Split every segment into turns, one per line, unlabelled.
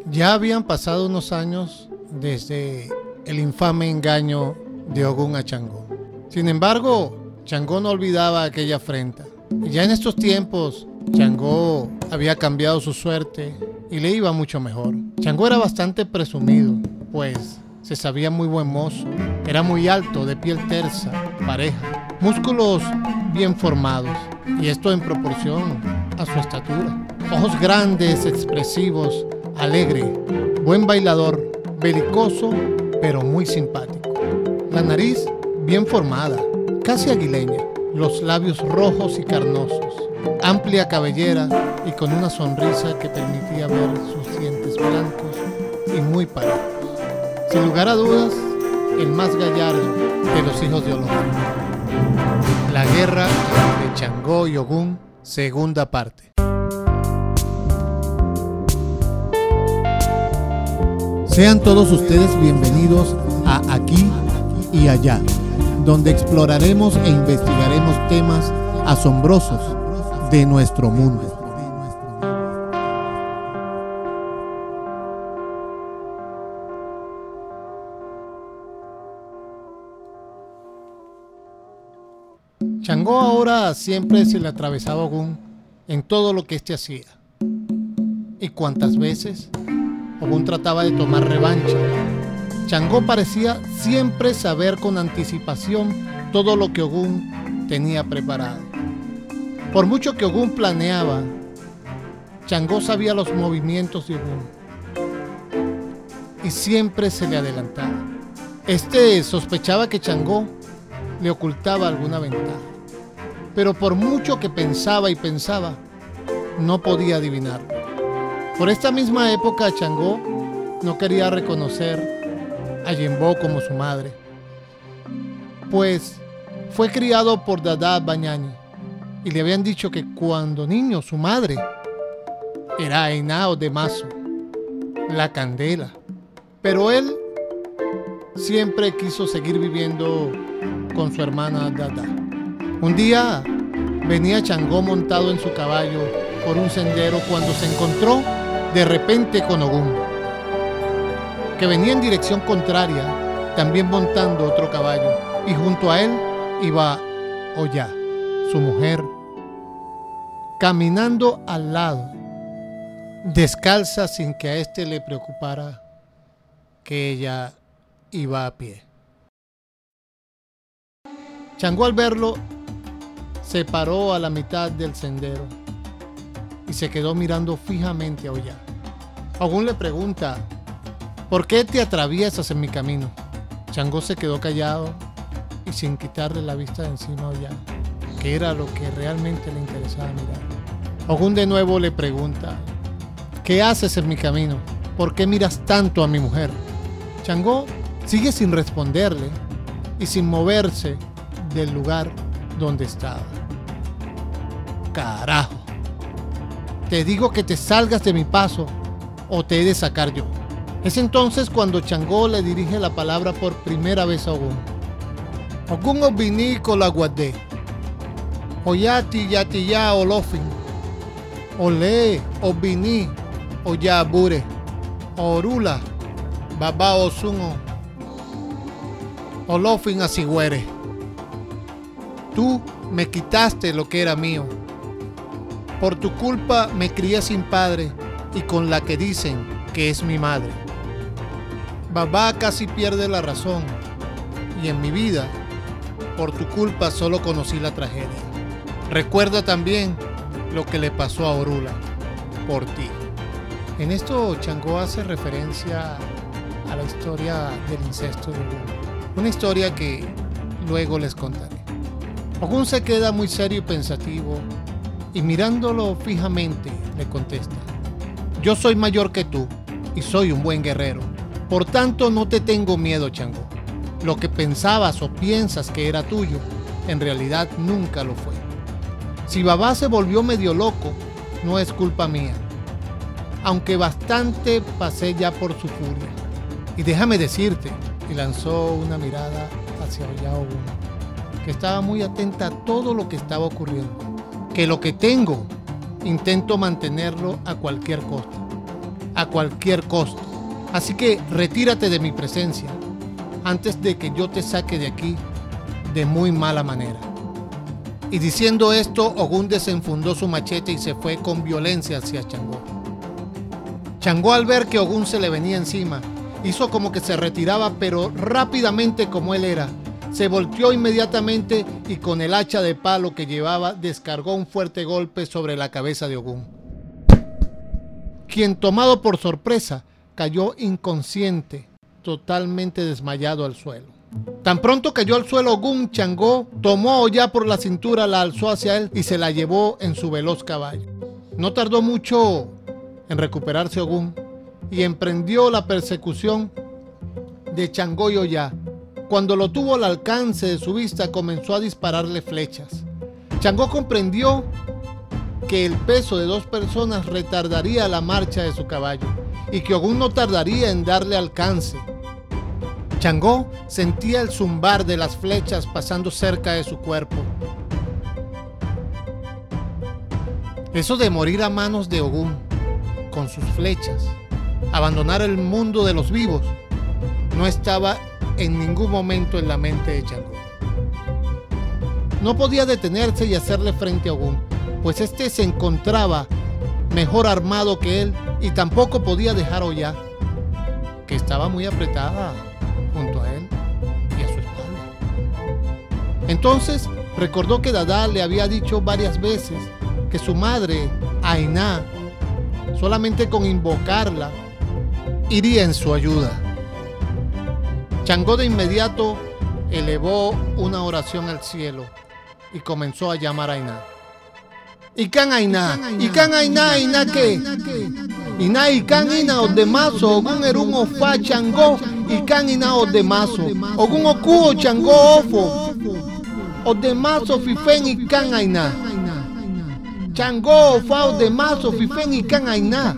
Ya habían pasado unos años desde el infame engaño de Ogún a Changó. Sin embargo, Changó no olvidaba aquella afrenta. Y ya en estos tiempos, Changó había cambiado su suerte y le iba mucho mejor. Changó era bastante presumido, pues se sabía muy buen mozo. Era muy alto, de piel tersa, pareja, músculos bien formados, y esto en proporción a su estatura. Ojos grandes, expresivos, alegre, buen bailador, belicoso, pero muy simpático. La nariz bien formada, casi aguileña, los labios rojos y carnosos, amplia cabellera y con una sonrisa que permitía ver sus dientes blancos y muy parejos. Sin lugar a dudas, el más gallardo de los hijos de Olofin. La guerra entre Changó y Ogún, segunda parte. Sean todos ustedes bienvenidos a Aquí y Allá, donde exploraremos e investigaremos temas asombrosos de nuestro mundo. Changó ahora siempre se le atravesaba a Ogún en todo lo que éste hacía. Y cuantas veces Ogún trataba de tomar revancha, Changó parecía siempre saber con anticipación todo lo que Ogún tenía preparado. Por mucho que Ogún planeaba, Changó sabía los movimientos de Ogún y siempre se le adelantaba. Este sospechaba que Changó le ocultaba alguna ventaja, pero por mucho que pensaba y pensaba, no podía adivinarlo. Por esta misma época, Changó no quería reconocer a Yembó como su madre, pues fue criado por Dada Bañani y le habían dicho que cuando niño su madre era Ainao de Mazo, la Candela, pero él siempre quiso seguir viviendo con su hermana Dada. Un día venía Changó montado en su caballo por un sendero cuando se encontró de repente con Ogún, que venía en dirección contraria, también montando otro caballo, y junto a él iba Oya, su mujer, caminando al lado, descalza sin que a este le preocupara que ella iba a pie. Changó al verlo se paró a la mitad del sendero y se quedó mirando fijamente a Oya. Ogún le pregunta: ¿por qué te atraviesas en mi camino? Changó se quedó callado y sin quitarle la vista de encima a Oya, que era lo que realmente le interesaba mirar. Ogún de nuevo le pregunta: ¿qué haces en mi camino? ¿Por qué miras tanto a mi mujer? Changó sigue sin responderle y sin moverse del lugar donde estaba. Carajo, te digo que te salgas de mi paso o te he de sacar yo. Es entonces cuando Changó le dirige la palabra por primera vez a Ogún. Ogún obini con la guardé. Oyati yati ya Olofin. Ole obini oya bure. Orula baba osungo. Olofin asigüere. Tú me quitaste lo que era mío. Por tu culpa me crié sin padre y con la que dicen que es mi madre. Babá casi pierde la razón y en mi vida, por tu culpa solo conocí la tragedia. Recuerda también lo que le pasó a Orula por ti. En esto Changó hace referencia a la historia del incesto de Ogún, una historia que luego les contaré. Ogún se queda muy serio y pensativo y mirándolo fijamente le contesta: yo soy mayor que tú y soy un buen guerrero, por tanto no te tengo miedo, Changó. Lo que pensabas o piensas que era tuyo, en realidad nunca lo fue. Si Babá se volvió medio loco, no es culpa mía, aunque bastante pasé ya por su furia. Y déjame decirte, y lanzó una mirada hacia Oya Ogún, que estaba muy atenta a todo lo que estaba ocurriendo, que lo que tengo intento mantenerlo a cualquier costo. a cualquier costo. Así que retírate de mi presencia antes de que yo te saque de aquí de muy mala manera. Y diciendo esto, Ogún desenfundó su machete y se fue con violencia hacia Changó. Changó, al ver que Ogún se le venía encima, hizo como que se retiraba, pero rápidamente, como él era, se volteó inmediatamente y con el hacha de palo que llevaba descargó un fuerte golpe sobre la cabeza de Ogún, quien, tomado por sorpresa, cayó inconsciente, totalmente desmayado al suelo. Tan pronto cayó al suelo Ogún, Changó tomó a Ollá por la cintura, la alzó hacia él y se la llevó en su veloz caballo. No tardó mucho en recuperarse Ogún y emprendió la persecución de Changó y Ollá. Cuando lo tuvo al alcance de su vista, comenzó a dispararle flechas. Changó comprendió que el peso de 2 personas retardaría la marcha de su caballo y que Ogún no tardaría en darle alcance. Changó sentía el zumbar de las flechas pasando cerca de su cuerpo. Eso de morir a manos de Ogún con sus flechas, abandonar el mundo de los vivos, no estaba en ningún momento en la mente de Changó. No podía detenerse y hacerle frente a Ogún, pues este se encontraba mejor armado que él, y tampoco podía dejar a Ollá, que estaba muy apretada junto a él y a su espalda. Entonces recordó que Dada le había dicho varias veces que su madre, Ainá, solamente con invocarla, iría en su ayuda. Changó de inmediato elevó una oración al cielo y comenzó a llamar a Ainá. Ikan Ainá, Ikan Ainá, Ainá que Iná Ikan Ina Odemaso, Ogún Erún Ofa Changó, Ikan Ina Odemaso, Ogún Okuo Changó Ofo, Odemaso Fifen Ikan Ainá, Changó Ofa Odemaso Fifen Ikan Ainá.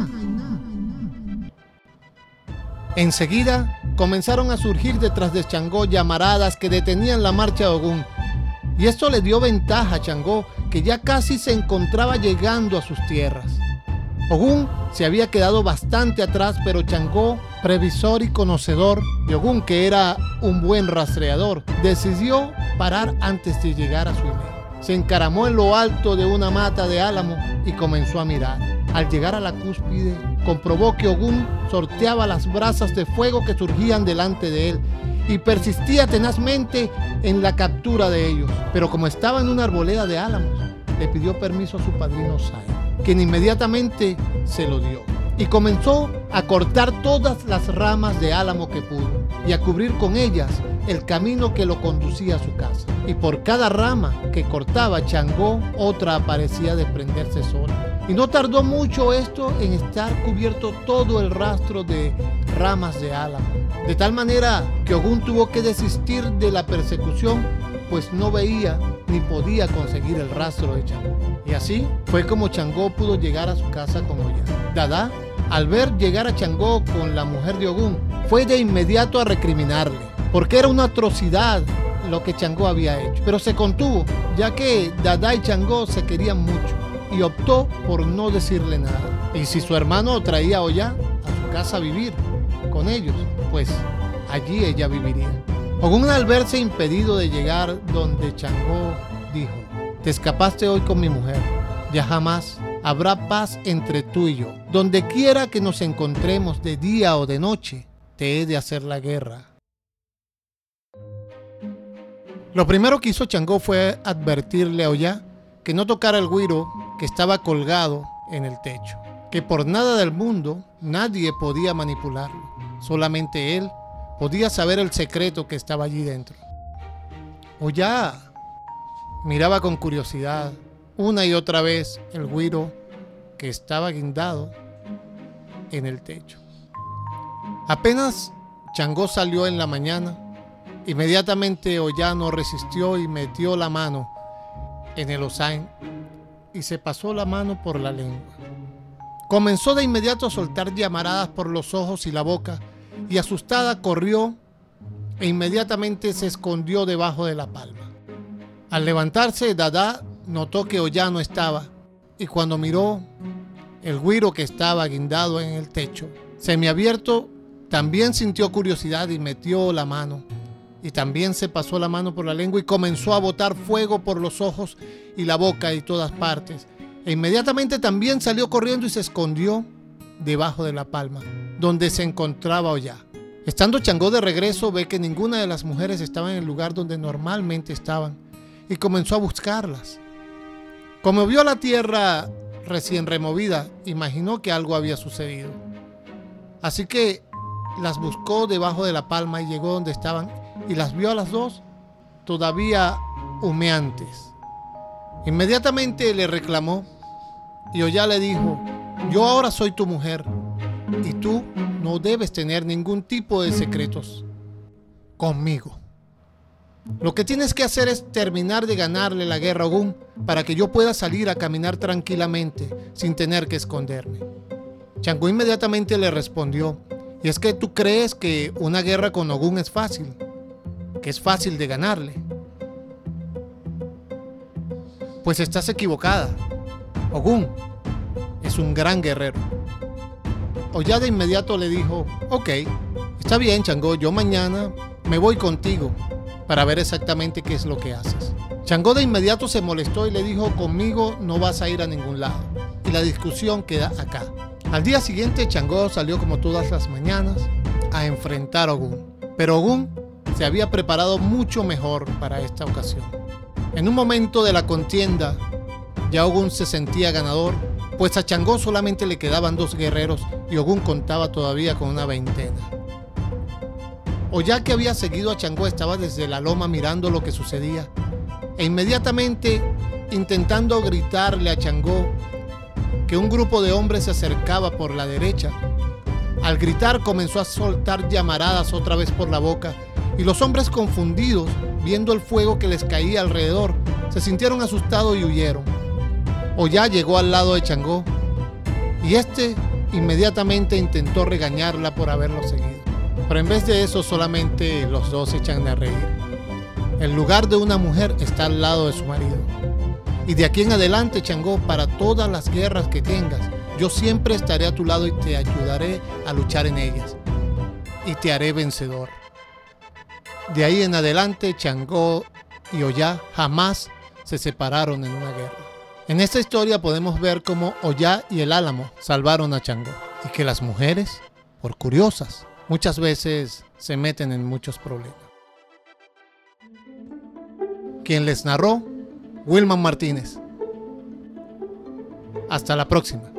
Enseguida comenzaron a surgir detrás de Changó llamaradas que detenían la marcha de Ogún, y esto le dio ventaja a Changó, que ya casi se encontraba llegando a sus tierras. Ogún se había quedado bastante atrás, pero Changó, previsor y conocedor de Ogún, que era un buen rastreador, decidió parar antes de llegar a su himen. Se encaramó en lo alto de una mata de álamo y comenzó a mirar. Al llegar a la cúspide, comprobó que Ogún sorteaba las brasas de fuego que surgían delante de él y persistía tenazmente en la captura de ellos. Pero como estaba en una arboleda de álamos, le pidió permiso a su padrino Sai, quien inmediatamente se lo dio, y comenzó a cortar todas las ramas de álamo que pudo y a cubrir con ellas el camino que lo conducía a su casa. Y por cada rama que cortaba Changó, otra aparecía desprenderse sola. Y no tardó mucho esto en estar cubierto todo el rastro de ramas de álamo, de tal manera que Ogún tuvo que desistir de la persecución, pues no veía ni podía conseguir el rastro de Changó. Y así fue como Changó pudo llegar a su casa con Ollá. Dada, al ver llegar a Changó con la mujer de Ogún, fue de inmediato a recriminarle, porque era una atrocidad lo que Changó había hecho. Pero se contuvo, ya que Dada y Changó se querían mucho, y optó por no decirle nada. Y si su hermano traía a Ollá a su casa a vivir con ellos, pues allí ella viviría. Ogún, al verse impedido de llegar donde Changó, dijo: te escapaste hoy con mi mujer, ya jamás habrá paz entre tú y yo. Donde quiera que nos encontremos, de día o de noche, te he de hacer la guerra. Lo primero que hizo Changó fue advertirle a Ollá que no tocara el güiro que estaba colgado en el techo, que por nada del mundo nadie podía manipularlo, solamente él podía saber el secreto que estaba allí dentro. Ollá miraba con curiosidad una y otra vez el güiro que estaba guindado en el techo. Apenas Changó salió en la mañana, inmediatamente Ollá no resistió y metió la mano en el osain y se pasó la mano por la lengua. Comenzó de inmediato a soltar llamaradas por los ojos y la boca, y asustada corrió e inmediatamente se escondió debajo de la palma. Al levantarse, Dada notó que Ollá no estaba, y cuando miró el güiro que estaba guindado en el techo, semiabierto, también sintió curiosidad y metió la mano. Y también se pasó la mano por la lengua y comenzó a botar fuego por los ojos y la boca y todas partes. E inmediatamente también salió corriendo y se escondió debajo de la palma, donde se encontraba Ollá. Estando Changó de regreso, ve que ninguna de las mujeres estaba en el lugar donde normalmente estaban y comenzó a buscarlas. Como vio la tierra recién removida, imaginó que algo había sucedido. Así que las buscó debajo de la palma y llegó donde estaban y las vio a las dos todavía humeantes. Inmediatamente le reclamó y Ollá le dijo: yo ahora soy tu mujer y tú no debes tener ningún tipo de secretos conmigo. Lo que tienes que hacer es terminar de ganarle la guerra a Ogún para que yo pueda salir a caminar tranquilamente sin tener que esconderme. Changó inmediatamente le respondió: y es que tú crees que una guerra con Ogún es fácil, que es fácil de ganarle. Pues estás equivocada. Ogún es un gran guerrero. Ollá de inmediato le dijo: ok, está bien, Changó, yo mañana me voy contigo para ver exactamente qué es lo que haces. Changó de inmediato se molestó y le dijo: conmigo no vas a ir a ningún lado. Y la discusión queda acá. Al día siguiente, Changó salió como todas las mañanas a enfrentar a Ogún. Pero Ogún se había preparado mucho mejor para esta ocasión. En un momento de la contienda, ya Ogún se sentía ganador, pues a Changó solamente le quedaban 2 guerreros y Ogún contaba todavía con una 20. Ollá, que había seguido a Changó, estaba desde la loma mirando lo que sucedía e inmediatamente intentando gritarle a Changó que un grupo de hombres se acercaba por la derecha. Al gritar comenzó a soltar llamaradas otra vez por la boca y los hombres, confundidos, viendo el fuego que les caía alrededor, se sintieron asustados y huyeron. Ollá llegó al lado de Changó y este inmediatamente intentó regañarla por haberlo seguido. Pero en vez de eso, solamente los dos se echan a reír. El lugar de una mujer está al lado de su marido. Y de aquí en adelante, Changó, para todas las guerras que tengas, yo siempre estaré a tu lado y te ayudaré a luchar en ellas. Y te haré vencedor. De ahí en adelante, Changó y Ollá jamás se separaron en una guerra. En esta historia podemos ver cómo Ollá y el álamo salvaron a Changó. Y que las mujeres, por curiosas, muchas veces se meten en muchos problemas. Quien les narró: Wilman Martínez. Hasta la próxima.